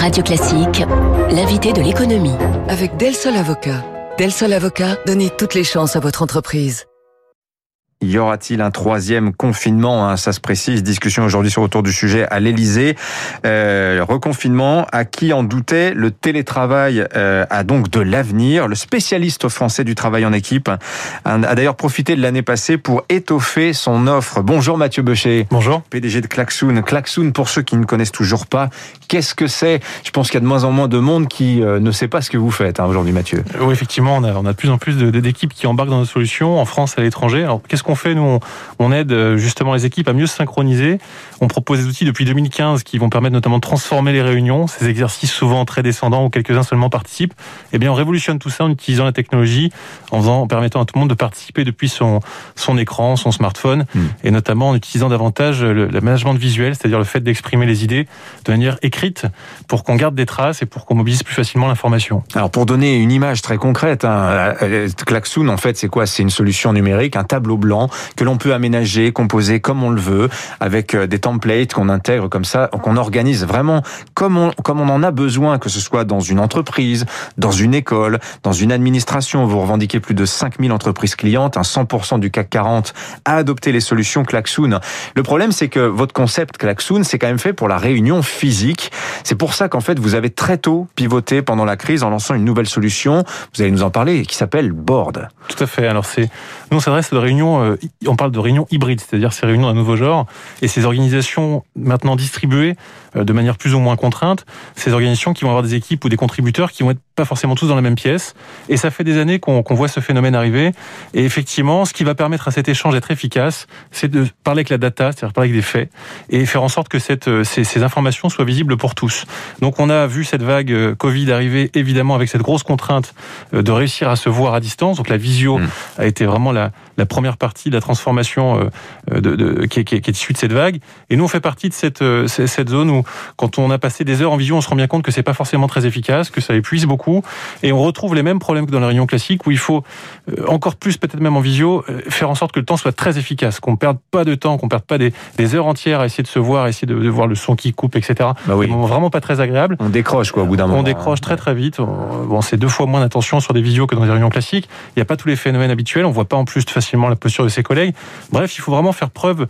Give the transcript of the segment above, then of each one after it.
Radio Classique, l'invité de l'économie. Avec Del Sol Avocat. Del Sol Avocat, donnez toutes les chances à votre entreprise. Y aura-t-il un troisième confinement ? Ça se précise. Discussion aujourd'hui autour du sujet à l'Elysée. Reconfinement, à qui en doutait ? Le télétravail a donc de l'avenir. Le spécialiste français du travail en équipe a d'ailleurs profité de l'année passée pour étoffer son offre. Bonjour Mathieu Beuchet. Bonjour. PDG de Klaxoon. Klaxoon, pour ceux qui ne connaissent toujours pas, qu'est-ce que c'est ? Je pense qu'il y a de moins en moins de monde qui ne sait pas ce que vous faites aujourd'hui, Mathieu. Oui, effectivement, on a de plus en plus d'équipes qui embarquent dans nos solutions en France et à l'étranger. Alors, qu'est-ce qu'on fait ? Nous, on aide justement les équipes à mieux se synchroniser. On propose des outils depuis 2015 qui vont permettre notamment de transformer les réunions, ces exercices souvent très descendants où quelques-uns seulement participent. Eh bien, on révolutionne tout ça en utilisant la technologie, en permettant à tout le monde de participer depuis son écran, son smartphone, et notamment en utilisant davantage le management visuel, c'est-à-dire le fait d'exprimer les idées de manière écrite pour qu'on garde des traces et pour qu'on mobilise plus facilement l'information. Alors, pour donner une image très concrète, Klaxoon, en fait, c'est quoi ? C'est une solution numérique, un tableau blanc que l'on peut aménager, composer comme on le veut, avec des templates qu'on intègre comme ça, qu'on organise vraiment comme on en a besoin, que ce soit dans une entreprise, dans une école, dans une administration. Vous revendiquez plus de 5000 entreprises clientes, 100% du CAC 40 a adopté les solutions Klaxoon. Le problème, c'est que votre concept Klaxoon, c'est quand même fait pour la réunion physique. C'est pour ça qu'en fait, vous avez très tôt pivoté pendant la crise en lançant une nouvelle solution. Vous allez nous en parler, qui s'appelle Board. Tout à fait. Alors nous, on s'adresse à des réunions, on parle de réunions hybrides, c'est-à-dire ces réunions d'un nouveau genre, et ces organisations maintenant distribuées de manière plus ou moins contrainte, ces organisations qui vont avoir des équipes ou des contributeurs qui vont être pas forcément tous dans la même pièce. Et ça fait des années qu'on voit ce phénomène arriver. Et effectivement, ce qui va permettre à cet échange d'être efficace, c'est de parler avec la data, c'est-à-dire parler avec des faits, et faire en sorte que ces informations soient visibles pour tous. Donc on a vu cette vague Covid arriver, évidemment, avec cette grosse contrainte de réussir à se voir à distance. Donc la visio a été vraiment la première partie de la transformation qui est issue de cette vague. Et nous, on fait partie de cette zone où, quand on a passé des heures en visio, on se rend bien compte que c'est pas forcément très efficace, que ça épuise beaucoup. Et on retrouve les mêmes problèmes que dans la réunion classique, où il faut encore plus, peut-être même en visio, faire en sorte que le temps soit très efficace, qu'on perde pas de temps, qu'on perde pas des heures entières à essayer de se voir, à essayer de voir le son qui coupe, etc. Bah oui. C'est vraiment pas très agréable. On décroche au bout d'un moment. On décroche très très vite. Bon, c'est 2 fois moins d'attention sur des visios que dans des réunions classiques. Il n'y a pas tous les phénomènes habituels. On voit pas en plus facilement la posture de ses collègues. Bref, il faut vraiment faire preuve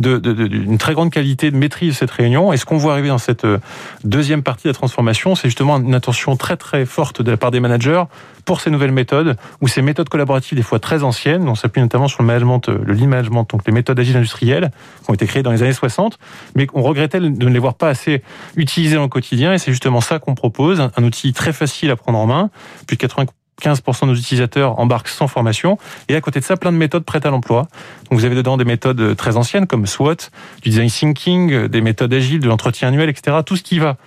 d'une très grande qualité de maîtrise de cette réunion. Et ce qu'on voit arriver dans cette deuxième partie de la transformation, c'est justement une attention très très forte de la part des managers pour ces nouvelles méthodes, ou ces méthodes collaboratives des fois très anciennes. On s'appuie notamment sur le management, le lean management, donc les méthodes agiles industrielles qui ont été créées dans les années 60, mais on regrettait de ne les voir pas assez utilisées dans le quotidien. Et c'est justement ça qu'on propose, un outil très facile à prendre en main. Plus de 95% de nos utilisateurs embarquent sans formation. Et à côté de ça, plein de méthodes prêtes à l'emploi. Donc vous avez dedans des méthodes très anciennes comme SWOT, du design thinking, des méthodes agiles, de l'entretien annuel, etc. Tout ce qui va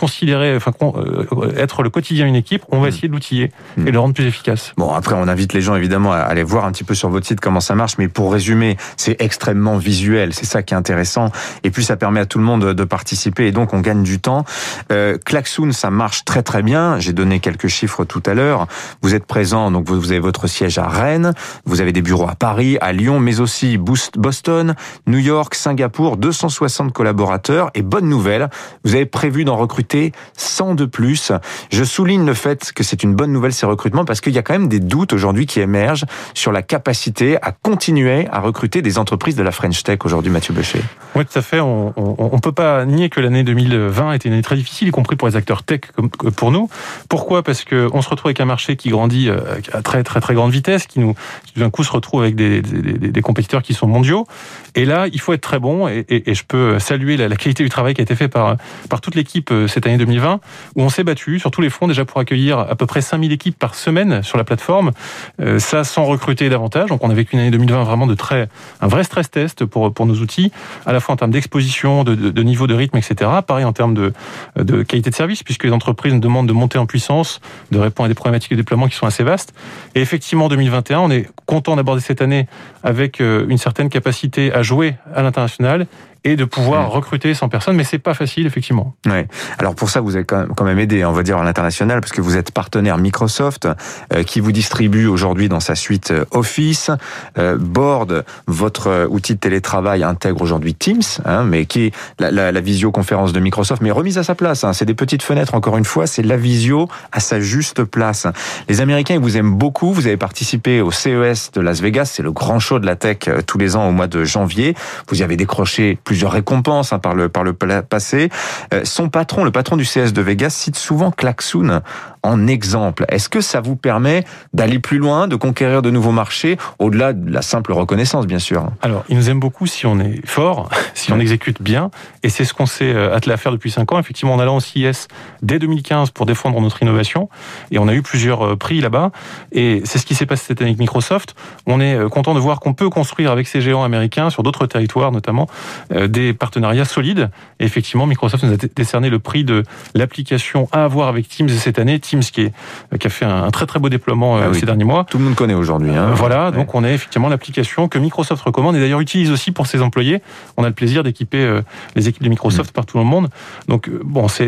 être le quotidien d'une équipe, on va essayer de l'outiller et le rendre plus efficace. Bon, après, on invite les gens évidemment à aller voir un petit peu sur votre site comment ça marche, mais pour résumer, c'est extrêmement visuel, c'est ça qui est intéressant. Et puis ça permet à tout le monde de participer et donc on gagne du temps. Klaxoon, ça marche très très bien. J'ai donné quelques chiffres tout à l'heure. Vous êtes présent, donc vous avez votre siège à Rennes, vous avez des bureaux à Paris, à Lyon, mais aussi Boston, New York, Singapour, 260 collaborateurs. Et bonne nouvelle, vous avez prévu d'en recruter 100 de plus. Je souligne le fait que c'est une bonne nouvelle ces recrutements parce qu'il y a quand même des doutes aujourd'hui qui émergent sur la capacité à continuer à recruter des entreprises de la French Tech aujourd'hui, Mathieu Beuchet. Oui, tout à fait. On peut pas nier que l'année 2020 a été une année très difficile, y compris pour les acteurs tech comme pour nous. Pourquoi ? Parce que on se retrouve avec un marché qui grandit à très très très grande vitesse, qui d'un coup se retrouve avec des compétiteurs qui sont mondiaux. Et là, il faut être très bon. Et je peux saluer la qualité du travail qui a été fait par toute l'équipe cette année 2020, où on s'est battu sur tous les fronts déjà pour accueillir à peu près 5000 équipes par semaine sur la plateforme, ça sans recruter davantage. Donc on a vécu une année 2020 vraiment un vrai stress test pour nos outils, à la fois en termes d'exposition, de niveau de rythme, etc. Pareil en termes de qualité de service, puisque les entreprises nous demandent de monter en puissance, de répondre à des problématiques de déploiement qui sont assez vastes. Et effectivement, en 2021, on est content d'aborder cette année avec une certaine capacité à jouer à l'international et de pouvoir recruter 100 personnes, mais c'est pas facile, effectivement. Ouais. Alors pour ça, vous avez quand même aidé, on va dire, à l'international, parce que vous êtes partenaire Microsoft, qui vous distribue aujourd'hui dans sa suite Office. Board, votre outil de télétravail, intègre aujourd'hui Teams, mais qui est la visioconférence de Microsoft, mais remise à sa place. C'est des petites fenêtres, encore une fois, c'est la visio à sa juste place. Les Américains, ils vous aiment beaucoup. Vous avez participé au CES de Las Vegas, c'est le grand show de la tech tous les ans au mois de janvier. Vous y avez décroché plusieurs récompenses par le passé. Son patron, le patron du CES de Vegas, cite souvent Klaxoon en exemple. Est-ce que ça vous permet d'aller plus loin, de conquérir de nouveaux marchés, au-delà de la simple reconnaissance, bien sûr? Alors, il nous aime beaucoup si on est fort, si on exécute bien, et c'est ce qu'on s'est attelé à faire depuis 5 ans. Effectivement, en allant au CES dès 2015 pour défendre notre innovation, et on a eu plusieurs prix là-bas, et c'est ce qui s'est passé cette année avec Microsoft. On est content de voir qu'on peut construire avec ces géants américains, sur d'autres territoires notamment, des partenariats solides. Et effectivement, Microsoft nous a décerné le prix de l'application à avoir avec Teams cette année. Teams qui a fait un très très beau déploiement ces derniers mois. Tout le monde connaît aujourd'hui. Voilà, donc on a effectivement l'application que Microsoft recommande et d'ailleurs utilise aussi pour ses employés. On a le plaisir d'équiper les équipes de Microsoft partout dans le monde. Donc bon, c'est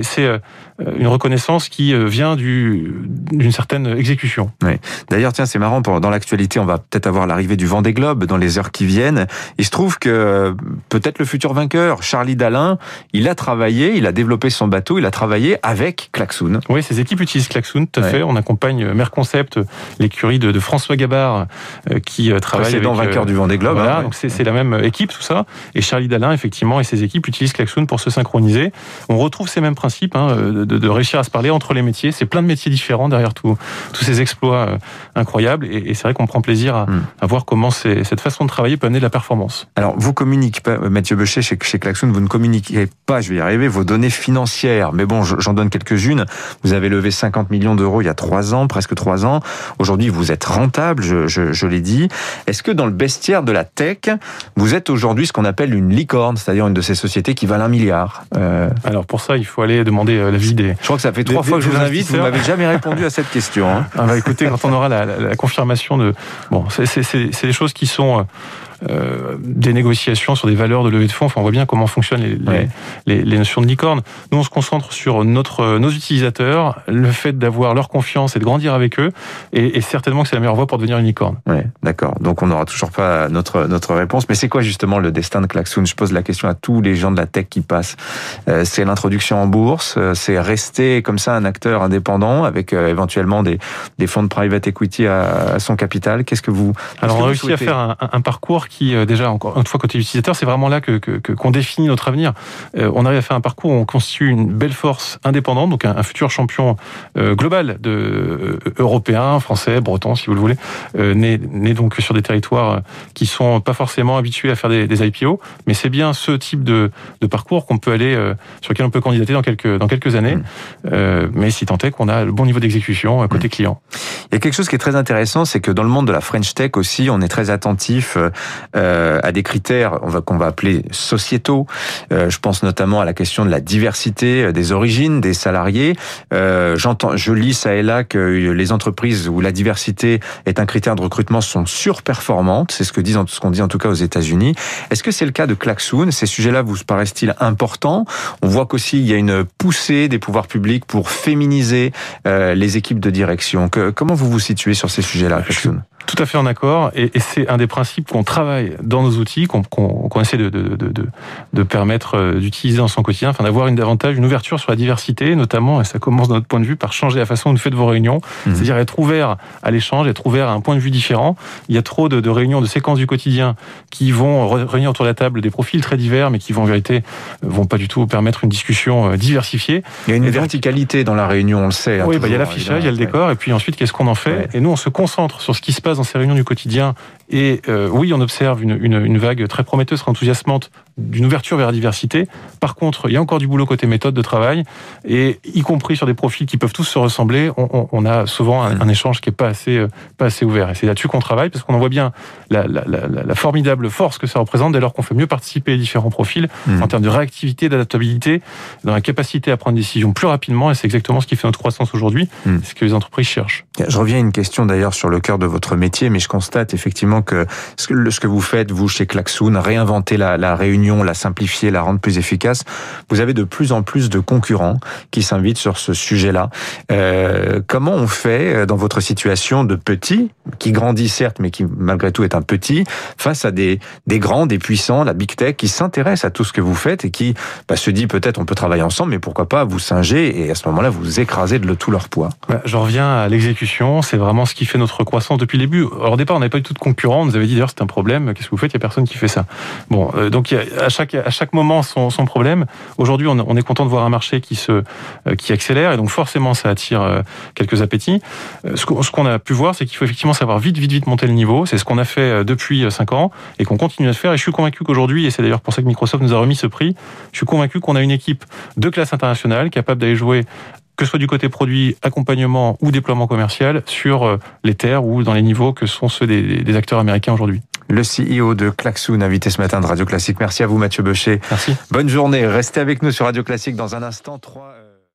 une reconnaissance qui vient d'une certaine exécution. Oui. D'ailleurs, tiens, c'est marrant, dans l'actualité, on va peut-être avoir l'arrivée du Vendée Globe dans les heures qui viennent. Il se trouve que peut-être le futur vainqueur, Charlie Dalin, il a développé son bateau, il a travaillé avec Klaxoon. Oui, ses équipes utilisent Klaxoon, tout à fait. On accompagne Merconcept, l'écurie de François Gabard, qui travaille précédent avec... vainqueur du Vendée Globe. Voilà, donc c'est la même équipe, tout ça. Et Charlie Dalin, effectivement, et ses équipes utilisent Klaxoon pour se synchroniser. On retrouve ces mêmes principes, de réussir à se parler entre les métiers. C'est plein de métiers différents derrière tous ces exploits incroyables. Et c'est vrai qu'on prend plaisir à voir comment cette façon de travailler peut amener de la performance. Alors, vous communiquez pas, Mathieu Beuchet, chez Klaxoon, vous ne communiquez pas, je vais y arriver, vos données financières. Mais bon, j'en donne quelques-unes. Vous avez levé 50 millions d'euros il y a 3 ans, presque 3 ans. Aujourd'hui, vous êtes rentable, je l'ai dit. Est-ce que dans le bestiaire de la tech, vous êtes aujourd'hui ce qu'on appelle une licorne, c'est-à-dire une de ces sociétés qui valent 1 milliard? Alors pour ça, il faut aller demander l'avis des... Je crois que ça fait 3 fois que je vous invite, vous m'avez jamais répondu à cette question. Écoutez, quand on aura la confirmation de... Bon, c'est des choses qui sont... des négociations sur des valeurs de levée de fonds. Enfin, on voit bien comment fonctionnent les notions de licorne. Nous, on se concentre sur nos utilisateurs, le fait d'avoir leur confiance et de grandir avec eux, et certainement que c'est la meilleure voie pour devenir une licorne. Oui, d'accord. Donc, on n'aura toujours pas notre réponse. Mais c'est quoi justement le destin de Klaxoon? Je pose la question à tous les gens de la tech qui passent. C'est l'introduction en bourse, c'est rester comme ça un acteur indépendant avec éventuellement des fonds de private equity à son capital. Qu'est-ce que vous... Alors, on a réussi à faire un parcours qui, déjà, encore une fois, côté utilisateur, c'est vraiment là qu'on définit notre avenir. On arrive à faire un parcours où on constitue une belle force indépendante, donc un futur champion global européen, français, breton, si vous le voulez, né donc sur des territoires qui sont pas forcément habitués à faire des IPO, mais c'est bien ce type de parcours qu'on peut aller, sur lequel on peut candidater dans quelques années, mais si tant est qu'on a le bon niveau d'exécution côté client. Il y a quelque chose qui est très intéressant, c'est que dans le monde de la French Tech aussi, on est très attentif à des critères qu'on va appeler sociétaux. Je pense notamment à la question de la diversité des origines des salariés. Je lis ça et là que les entreprises où la diversité est un critère de recrutement sont surperformantes. C'est ce qu'on dit en tout cas aux États-Unis. Est-ce que c'est le cas de Klaxoon? Ces sujets-là vous paraissent-ils importants? On voit qu'aussi il y a une poussée des pouvoirs publics pour féminiser les équipes de direction. Comment vous vous situez sur ces sujets-là, Klaxoon? Tout à fait en accord, et c'est un des principes qu'on travaille dans nos outils, qu'on essaie de permettre d'utiliser dans son quotidien, enfin d'avoir une ouverture sur la diversité, notamment, et ça commence de notre point de vue par changer la façon dont vous faites vos réunions, c'est-à-dire être ouvert à l'échange, être ouvert à un point de vue différent. Il y a trop de réunions, de séquences du quotidien qui vont réunir autour de la table des profils très divers, mais qui vont en vérité vont pas du tout permettre une discussion diversifiée. Il y a une verticalité dans la réunion, on le sait. Oui, il y a l'affichage, il y a le décor, et puis ensuite qu'est-ce qu'on en fait? Et nous, on se concentre sur ce qui se passe dans ces réunions du quotidien. Et oui, on observe une vague très prometteuse, très enthousiasmante d'une ouverture vers la diversité. Par contre, il y a encore du boulot côté méthode de travail, et y compris sur des profils qui peuvent tous se ressembler, on a souvent un échange qui est pas assez ouvert. Et c'est là-dessus qu'on travaille, parce qu'on en voit bien la formidable force que ça représente dès lors qu'on fait mieux participer les différents profils en termes de réactivité, d'adaptabilité, dans la capacité à prendre des décisions plus rapidement, et c'est exactement ce qui fait notre croissance aujourd'hui, c'est ce que les entreprises cherchent. Je reviens à une question d'ailleurs sur le cœur de votre métier, mais je constate effectivement effectivement que ce que vous faites, vous, chez Klaxoon, réinventer la réunion, la simplifier, la rendre plus efficace. Vous avez de plus en plus de concurrents qui s'invitent sur ce sujet-là. Comment on fait dans votre situation de petit, qui grandit certes, mais qui malgré tout est un petit, face à des grands, des puissants, la big tech, qui s'intéressent à tout ce que vous faites et qui se dit peut-être on peut travailler ensemble, mais pourquoi pas vous singer et à ce moment-là vous écrasez de tout leur poids. Je reviens à l'exécution, c'est vraiment ce qui fait notre croissance depuis le début. Alors, au départ, on n'avait pas du tout de concurrents, on nous avait dit d'ailleurs c'est un problème, qu'est-ce que vous faites, il n'y a personne qui fait ça. Bon, donc à chaque moment son problème. Aujourd'hui, on est content de voir un marché qui accélère et donc forcément ça attire quelques appétits. Ce qu'on a pu voir, c'est qu'il faut effectivement savoir vite monter le niveau. C'est ce qu'on a fait depuis 5 ans et qu'on continue à faire. Et je suis convaincu qu'aujourd'hui, et c'est d'ailleurs pour ça que Microsoft nous a remis ce prix, je suis convaincu qu'on a une équipe de classe internationale capable d'aller jouer, que ce soit du côté produit, accompagnement ou déploiement commercial, sur les terres ou dans les niveaux que sont ceux des acteurs américains aujourd'hui. Le CEO de Klaxoon, invité ce matin de Radio Classique. Merci à vous, Mathieu Beuchet. Merci. Bonne journée. Restez avec nous sur Radio Classique dans un instant.